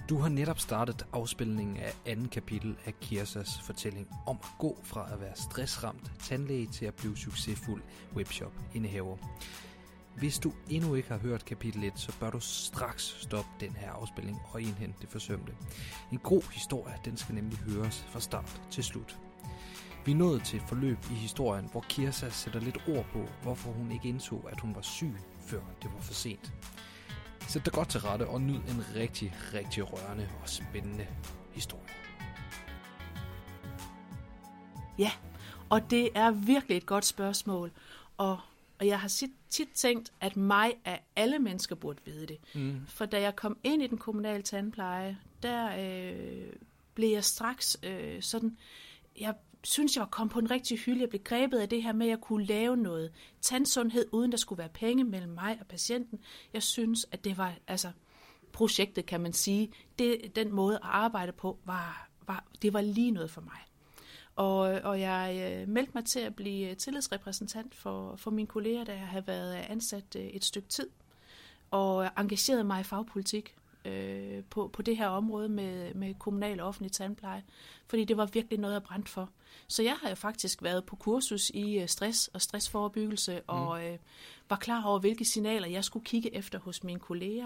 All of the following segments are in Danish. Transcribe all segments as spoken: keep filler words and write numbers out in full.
Du har netop startet afspilningen af anden kapitel af Kirsas fortælling om at gå fra at være stressramt tandlæge til at blive succesfuld webshop-indehaver. Hvis du endnu ikke har hørt kapitel et, så bør du straks stoppe den her afspilning og indhente det forsømte. En god historie, den skal nemlig høres fra start til slut. Vi er nået til et forløb i historien, hvor Kirsa sætter lidt ord på, hvorfor hun ikke indså, at hun var syg, før det var for sent. Sæt dig godt til rette og nyd en rigtig, rigtig rørende og spændende historie. Ja, og det er virkelig et godt spørgsmål, og, og jeg har tit tænkt, at mig af alle mennesker burde vide det. Mm. For da jeg kom ind i den kommunale tandpleje, der øh, blev jeg straks øh, sådan, jeg synes, jeg var kommet på en rigtig hylde. Jeg blev grebet af det her med, at jeg kunne lave noget tandsundhed, uden der skulle være penge mellem mig og patienten. Jeg synes, at det var, altså, projektet, kan man sige, det, den måde at arbejde på, var, var, det var lige noget for mig. Og, og jeg øh, meldte mig til at blive tillidsrepræsentant for, for mine kolleger, da jeg havde været ansat øh, et stykke tid, og engagerede mig i fagpolitik øh, på, på det her område med, med kommunal og offentlig tandpleje, fordi det var virkelig noget, jeg brændte for. Så jeg har jo faktisk været på kursus i stress og stressforebyggelse, mm. og øh, var klar over, hvilke signaler jeg skulle kigge efter hos mine kolleger,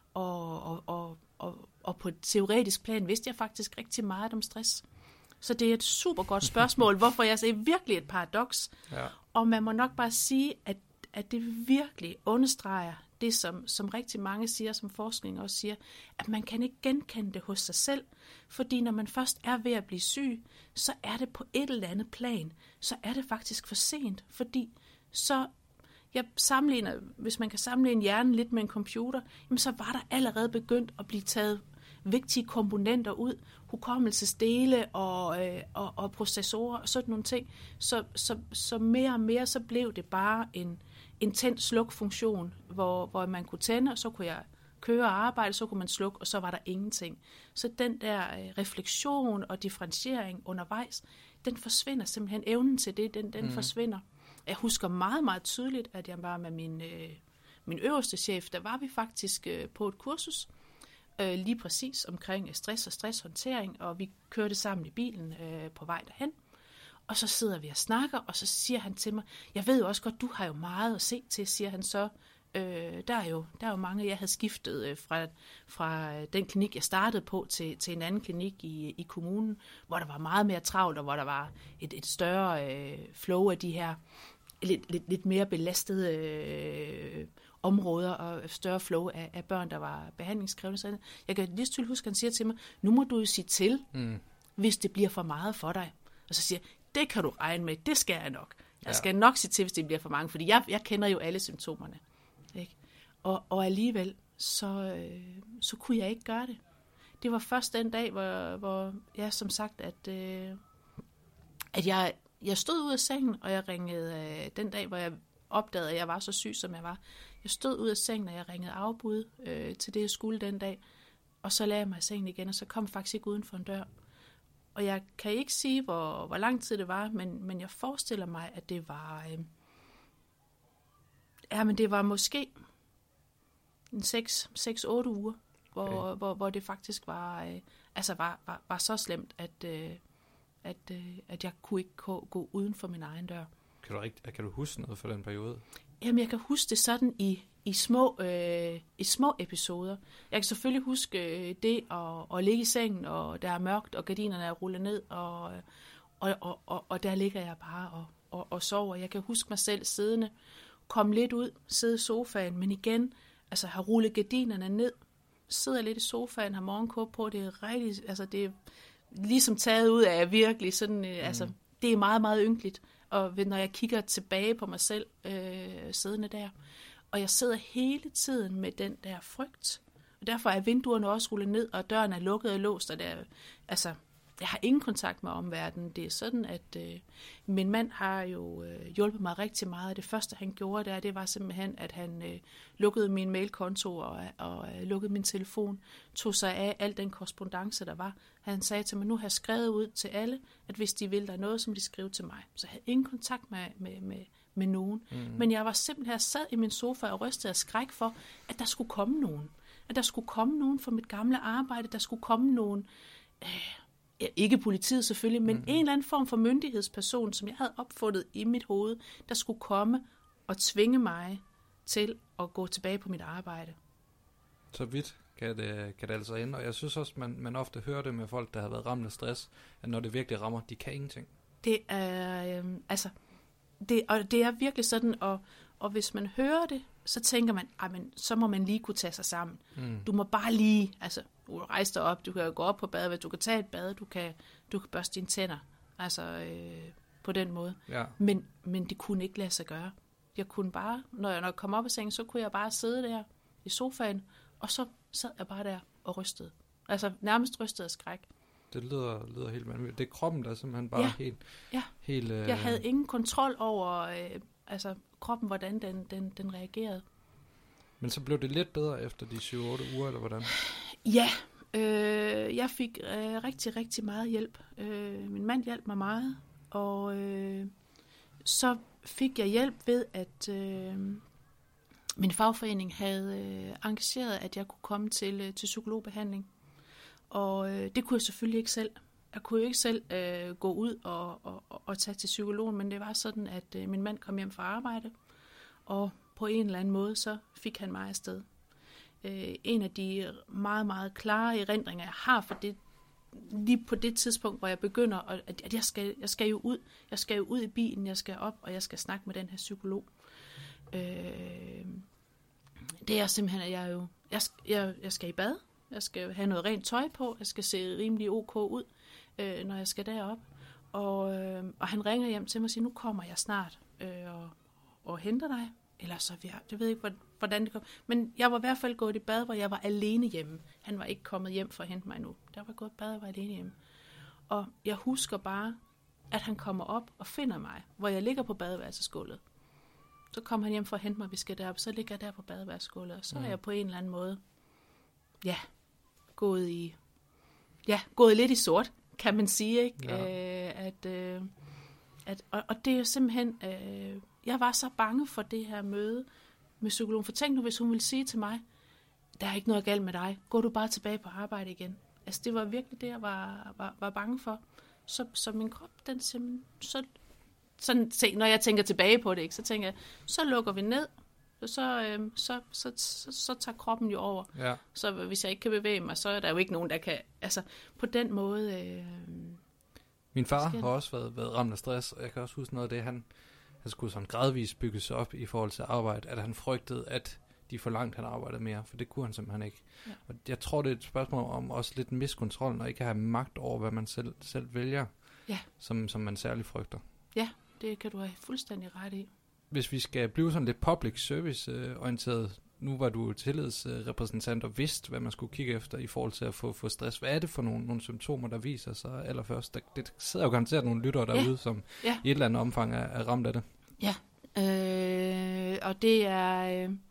og, og, og, og, og på et teoretisk plan vidste jeg faktisk rigtig meget om stress. Så det er et super godt spørgsmål, hvorfor jeg siger virkelig et paradoks. Ja. Og man må nok bare sige, at, at det virkelig understreger det, som, som rigtig mange siger, som forskning også siger, at man kan ikke genkende det hos sig selv, fordi når man først er ved at blive syg, så er det på et eller andet plan, så er det faktisk for sent, fordi så, jeg sammenligner, hvis man kan sammenligne hjernen lidt med en computer, jamen så var der allerede begyndt at blive taget vigtige komponenter ud, hukommelsesdele og, øh, og, og processorer og sådan nogle ting, så, så, så mere og mere så blev det bare en en tænd-sluk-funktion, hvor, hvor man kunne tænde, og så kunne jeg køre og arbejde, så kunne man slukke, og så var der ingenting. Så den der øh, refleksion og differentiering undervejs, den forsvinder simpelthen. Evnen til det, den, den mm. forsvinder. Jeg husker meget, meget tydeligt, at jeg var med min, øh, min øverste chef, der var vi faktisk øh, på et kursus, øh, lige præcis omkring stress og stresshåndtering, og vi kørte sammen i bilen øh, på vej derhen. Og så sidder vi og snakker, og så siger han til mig, jeg ved jo også godt, du har jo meget at se til, siger han så. Øh, der, er jo, der er jo mange, jeg havde skiftet øh, fra, fra den klinik, jeg startede på, til, til en anden klinik i, i kommunen, hvor der var meget mere travlt, og hvor der var et, et større øh, flow af de her lidt, lidt, lidt mere belastede øh, områder, og større flow af, af børn, der var behandlingskrævende. Så jeg kan lige tydeligt huske, at han siger til mig, nu må du jo sige til, mm. hvis det bliver for meget for dig. Og så siger jeg, det kan du regne med, det skal jeg nok. Jeg ja. skal nok sige til, hvis det bliver for mange, fordi jeg, jeg kender jo alle symptomerne. Ikke? Og, og alligevel, så, øh, så kunne jeg ikke gøre det. Det var først den dag, hvor, hvor jeg som sagt, at, øh, at jeg, jeg stod ud af sengen, og jeg ringede, øh, den dag, hvor jeg opdagede, at jeg var så syg, som jeg var. Jeg stod ud af sengen, og jeg ringede afbud øh, til det, jeg skulle den dag. Og så lagde jeg mig i sengen igen, og så kom jeg faktisk ikke uden for en dør. Og jeg kan ikke sige, hvor, hvor lang tid det var, men, men jeg forestiller mig, at det var, øh, ja, men det var måske en seks otte uger, hvor, okay. hvor, hvor det faktisk var, øh, altså var, var, var så slemt, at, øh, at, øh, at jeg kunne ikke gå, gå uden for min egen dør. Kan du, ikke, kan du huske noget fra den periode? Jamen, jeg kan huske det sådan i, i, små, øh, i små episoder. Jeg kan selvfølgelig huske øh, det at, at ligge i sengen, og der er mørkt, og gardinerne er rullet ned, og, og, og, og, og der ligger jeg bare og, og, og sover. Jeg kan huske mig selv siddende, komme lidt ud, sidde i sofaen, men igen, altså have rullet gardinerne ned, sidder lidt i sofaen, har morgenkåb på, det er rigtig, altså det er ligesom taget ud af virkelig sådan, øh, mm. altså det er meget, meget ynkeligt. Og når jeg kigger tilbage på mig selv, øh, siddende der, og jeg sidder hele tiden med den der frygt, og derfor er vinduerne også rullet ned, og døren er lukket og låst, og der, altså, jeg har ingen kontakt med omverdenen. Det er sådan, at øh, min mand har jo øh, hjulpet mig rigtig meget, og det første, han gjorde der, det var simpelthen, at han øh, lukkede min mailkonto og, og øh, lukkede min telefon, tog sig af al den korrespondance, der var. Han sagde til mig, nu har jeg skrevet ud til alle, at hvis de vil, der er noget, som de skriver til mig. Så jeg havde ingen kontakt med, med, med, med nogen. Mm. Men jeg var simpelthen sad i min sofa og rystede af skræk for, at der skulle komme nogen. at der skulle komme nogen fra mit gamle arbejde, der skulle komme nogen, øh, ikke politiet selvfølgelig, men mm-hmm. en eller anden form for myndighedsperson, som jeg havde opfundet i mit hoved, der skulle komme og tvinge mig til at gå tilbage på mit arbejde. Så vidt kan det, kan det altså ende, og jeg synes også, man, man ofte hører det med folk, der har været ramt af stress, at når det virkelig rammer, de kan ingenting. Det er, øh, altså, det, og det er virkelig sådan, og, og hvis man hører det, så tænker man, men så må man lige kunne tage sig sammen. Mm. Du må bare lige, altså, du kan rejse dig op, du kan gå op på badet, du kan tage et bad, du kan, du kan børste dine tænder, altså øh, på den måde. Ja. Men, men det kunne ikke lade sig gøre. Jeg kunne bare, når jeg, når jeg kom op af sengen, så kunne jeg bare sidde der i sofaen, og så sad jeg bare der og rystede. Altså nærmest rystede af skræk. Det lyder, lyder helt vanvittigt. Det er kroppen, der simpelthen bare ja. helt... Ja. helt øh... Jeg havde ingen kontrol over øh, altså, kroppen, hvordan den, den, den reagerede. Men så blev det lidt bedre efter de syv otte uger, eller hvordan? Ja, øh, jeg fik øh, rigtig, rigtig meget hjælp. Øh, min mand hjalp mig meget, og øh, så fik jeg hjælp ved, at øh, min fagforening havde øh, engageret, at jeg kunne komme til, øh, til psykologbehandling. Og øh, det kunne jeg selvfølgelig ikke selv. Jeg kunne jo ikke selv øh, gå ud og, og, og tage til psykologen, men det var sådan, at øh, min mand kom hjem fra arbejde, og på en eller anden måde, så fik han mig afsted. Øh, en af de meget, meget klare erindringer, jeg har for det, lige på det tidspunkt, hvor jeg begynder, at jeg skal, jeg skal jo ud, jeg skal jo ud i bilen, jeg skal op, og jeg skal snakke med den her psykolog. Øh, det er simpelthen, at jeg jo, jeg, jeg, jeg skal i bad, jeg skal have noget rent tøj på, jeg skal se rimelig ok ud, øh, når jeg skal derop. Og, øh, og han ringer hjem til mig og siger, nu kommer jeg snart øh, og, og henter dig. Eller så, jeg, jeg ved ikke, hvordan det kom. Men jeg var i hvert fald gået i bad, hvor jeg var alene hjemme. Han var ikke kommet hjem for at hente mig nu. Der var gået i bad, og var alene hjemme. Og jeg husker bare, at han kommer op og finder mig, hvor jeg ligger på badeværelsesgulvet. Så kommer han hjem for at hente mig, vi skal derop. Så ligger jeg der på badeværelsesgulvet, og så er jeg på en eller anden måde, ja, gået i, ja, gået lidt i sort, kan man sige, ikke? Ja. Øh, at, øh, at, og, og det er simpelthen, øh, jeg var så bange for det her møde med psykologen. For tænk nu, hvis hun ville sige til mig, der er ikke noget galt med dig, gå du bare tilbage på arbejde igen. Altså det var virkelig det, jeg var, var, var bange for. Så, så min krop, den simpelthen, så, sådan, når jeg tænker tilbage på det, ikke, så tænker jeg, så lukker vi ned, så, øh, så, så, så, så tager kroppen jo over. Ja. Så hvis jeg ikke kan bevæge mig, så er der jo ikke nogen, der kan, altså på den måde... Øh, Min far har også været, været ramt af stress, og jeg kan også huske noget af det, han, han skulle sådan gradvist bygge sig op i forhold til arbejde, at han frygtede, at de for langt han arbejdede mere, for det kunne han simpelthen ikke. Ja. Og jeg tror, det er et spørgsmål om også lidt miskontrol, og ikke have magt over, hvad man selv, selv vælger, ja. som, som man særligt frygter. Ja, det kan du have fuldstændig ret i. Hvis vi skal blive sådan lidt public service øh, orienteret, nu var du tillidsrepræsentant og vidste, hvad man skulle kigge efter i forhold til at få, få stress. Hvad er det for nogle, nogle symptomer, der viser sig allerførst? Der, det sidder jo garanteret nogle lyttere derude, ja. som ja. i et eller andet omfang er, er ramt af det. Ja, øh, og det er... Øh,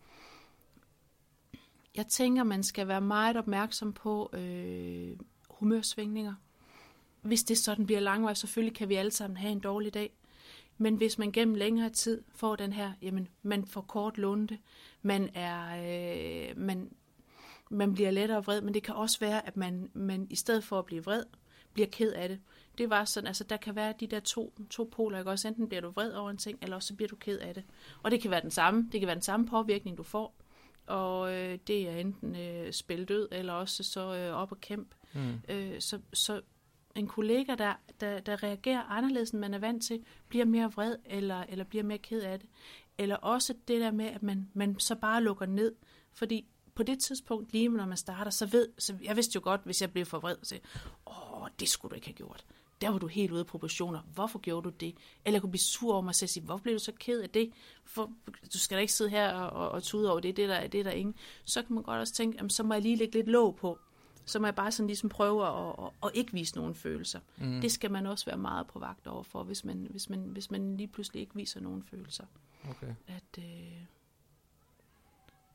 jeg tænker, man skal være meget opmærksom på øh, humørsvingninger. Hvis det sådan bliver langvejs, selvfølgelig kan vi alle sammen have en dårlig dag. Men hvis man gennem længere tid får den her, jamen, man får kort lunte, man er, øh, man, man bliver lettere vred, men det kan også være, at man, man i stedet for at blive vred, bliver ked af det. Det var sådan, altså der kan være de der to, to poler, ikke også? Enten bliver du vred over en ting, eller også bliver du ked af det. Og det kan være den samme, det kan være den samme påvirkning, du får. Og øh, det er enten øh, spil død, eller også så øh, op og kæmpe. Mm. Øh, så, så en kollega, der, der, der reagerer anderledes, end man er vant til, bliver mere vred, eller, eller bliver mere ked af det. Eller også det der med, at man, man så bare lukker ned. Fordi på det tidspunkt, lige når man starter, så ved, så jeg vidste jo godt, hvis jeg blev for vred, så åh, det skulle du ikke have gjort. Der var du helt ude af proportioner. Hvorfor gjorde du det? Eller jeg kunne blive sur over mig selv og sige, hvorfor blev du så ked af det? For, du skal da ikke sidde her og, og, og tude over det, det er der, det er der ingen. Så kan man godt også tænke, jamen, så må jeg lige lægge lidt låg på. Så må jeg bare sådan ligesom prøve at, at, at ikke vise nogen følelser. Mm. Det skal man også være meget på vagt over for, hvis man, hvis man, hvis man lige pludselig ikke viser nogen følelser. Okay. At, øh...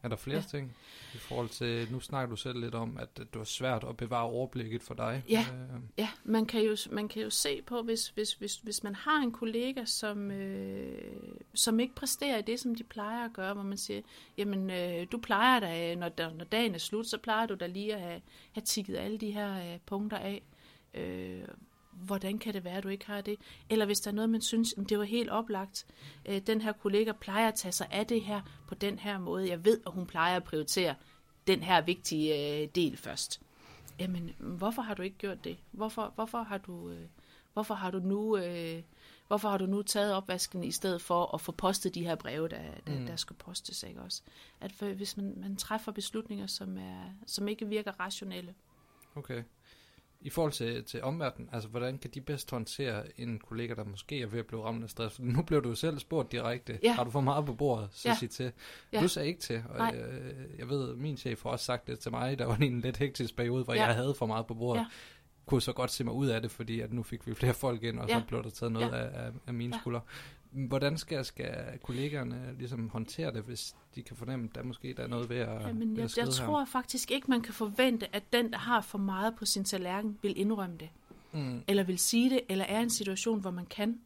Er der flere ja. ting i forhold til, nu snakker du selv lidt om, at det var svært at bevare overblikket for dig? Ja, øh. ja man, kan jo, man kan jo se på, hvis, hvis, hvis, hvis man har en kollega, som, øh, som ikke præsterer i det, som de plejer at gøre, hvor man siger, jamen øh, du plejer da, når, når dagen er slut, så plejer du da lige at have, have tikket alle de her øh, punkter af. Øh, Hvordan kan det være, at du ikke har det? Eller hvis der er noget, man synes, det var helt oplagt. Øh, den her kollega plejer at tage sig af det her på den her måde. Jeg ved, at hun plejer at prioritere den her vigtige øh, del først. Jamen, hvorfor har du ikke gjort det? Hvorfor, hvorfor, har, du, øh, hvorfor, har, du nu, øh, hvorfor har du nu taget opvasken i stedet for at få postet de her breve, der, der, mm. der skal postes? Ikke også? At for, hvis man, man træffer beslutninger, som, er, som ikke virker rationelle. Okay. I forhold til, til omverdenen, altså hvordan kan de bedst håndtere en kollega, der måske er ved at blive ramt af stress? For nu blev du jo selv spurgt direkte, ja. Har du for meget på bordet, så ja. Sig til. Ja. Du sagde ikke til, og jeg, jeg ved, min chef har også sagt det til mig, der var en lidt hektisk periode, hvor ja. Jeg havde for meget på bordet. Ja. Kunne så godt se mig ud af det, fordi at nu fik vi flere folk ind, og ja. Så blev der taget noget ja. af, af mine ja. Skuldre. Hvordan skal, skal kollegaerne ligesom håndtere det, hvis de kan fornemme, at der måske der er noget ved at, Jamen, jeg, at jeg tror her? Faktisk ikke, man kan forvente, at den, der har for meget på sin tallerken, vil indrømme det. Mm. Eller vil sige det, eller er i en situation, hvor man kan.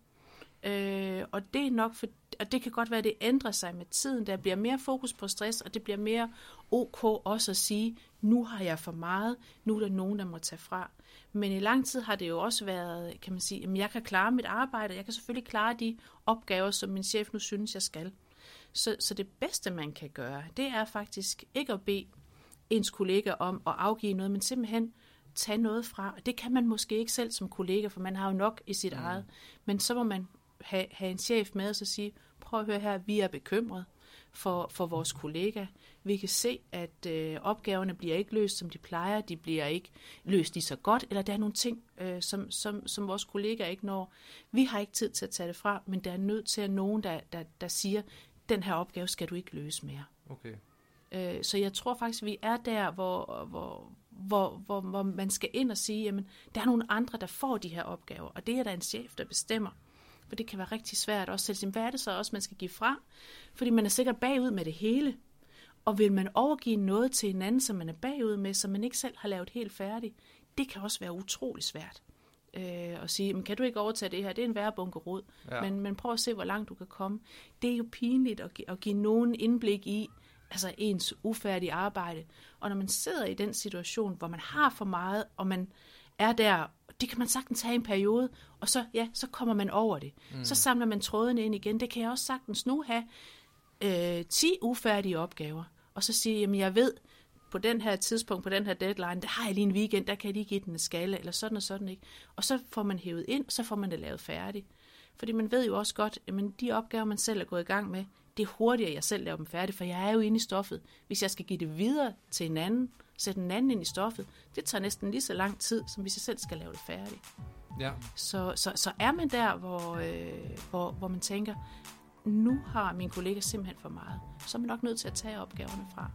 Øh, og det er nok for, og det kan godt være, at det ændrer sig med tiden. Der bliver mere fokus på stress, og det bliver mere ok også at sige, nu har jeg for meget, nu er der nogen, der må tage fra. Men i lang tid har det jo også været, kan man sige, at jeg kan klare mit arbejde, jeg kan selvfølgelig klare de opgaver, som min chef nu synes, jeg skal. Så, så det bedste, man kan gøre, det er faktisk ikke at bede ens kollega om at afgive noget, men simpelthen tage noget fra. Det kan man måske ikke selv som kollega, for man har jo nok i sit mm. eget. Men så må man have, have en chef med og så sige, prøv at høre her, vi er bekymret for, for vores kollega. Vi kan se, at øh, opgaverne bliver ikke løst, som de plejer. De bliver ikke løst lige så godt, eller der er nogle ting, øh, som, som, som vores kollega ikke når. Vi har ikke tid til at tage det fra, men der er nødt til at nogen, der, der, der siger, den her opgave skal du ikke løse mere. Okay. Øh, så jeg tror faktisk, vi er der, hvor, hvor, hvor, hvor, hvor man skal ind og sige, jamen, der er nogle andre, der får de her opgaver, og det er der en chef, der bestemmer. For det kan være rigtig svært også selv. Hvad er det så også, man skal give fra? Fordi man er sikkert bagud med det hele. Og vil man overgive noget til en anden, som man er bagud med, som man ikke selv har lavet helt færdigt, det kan også være utrolig svært. Øh, at sige, men kan du ikke overtage det her? Det er en værre bunke rod. Ja. Men, men prøv at se, hvor langt du kan komme. Det er jo pinligt at, give, at give nogen indblik i altså ens ufærdige arbejde. Og når man sidder i den situation, hvor man har for meget, og man er der, det kan man sagtens have en periode, og så, ja, så kommer man over det. Mm. Så samler man trådene ind igen. Det kan jeg også sagtens nu have øh, ti ufærdige opgaver, og så sige, jamen jeg ved, på den her tidspunkt, på den her deadline, der har jeg lige en weekend, der kan jeg lige give den en skalle, eller sådan og sådan, ikke? Og så får man hævet ind, og så får man det lavet færdigt. Fordi man ved jo også godt, at de opgaver, man selv er gået i gang med, det er hurtigere, at jeg selv laver dem færdigt, for jeg er jo inde i stoffet. Hvis jeg skal give det videre til en anden, sætte en anden ind i stoffet, det tager næsten lige så lang tid, som hvis jeg selv skal lave det færdigt. Ja. Så, så, så er man der, hvor, øh, hvor, hvor man tænker, nu har min kollega simpelthen for meget, så er man nok nødt til at tage opgaverne fra.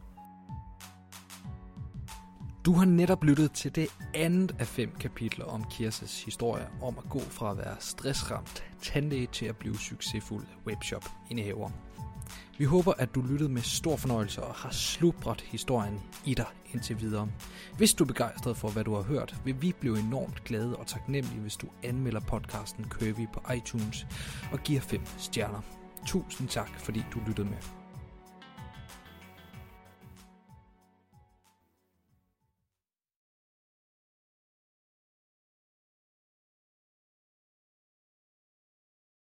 Du har netop lyttet til det andet af fem kapitler om Kirsas historie om at gå fra at være stressramt tandlæge til at blive succesfuld webshop-indehaver. Vi håber, at du lyttede med stor fornøjelse og har slubret historien i dig indtil videre. Hvis du er begejstret for, hvad du har hørt, vil vi blive enormt glade og taknemmelige, hvis du anmelder podcasten Curvy på iTunes og giver fem stjerner. Tusind tak, fordi du lyttede med.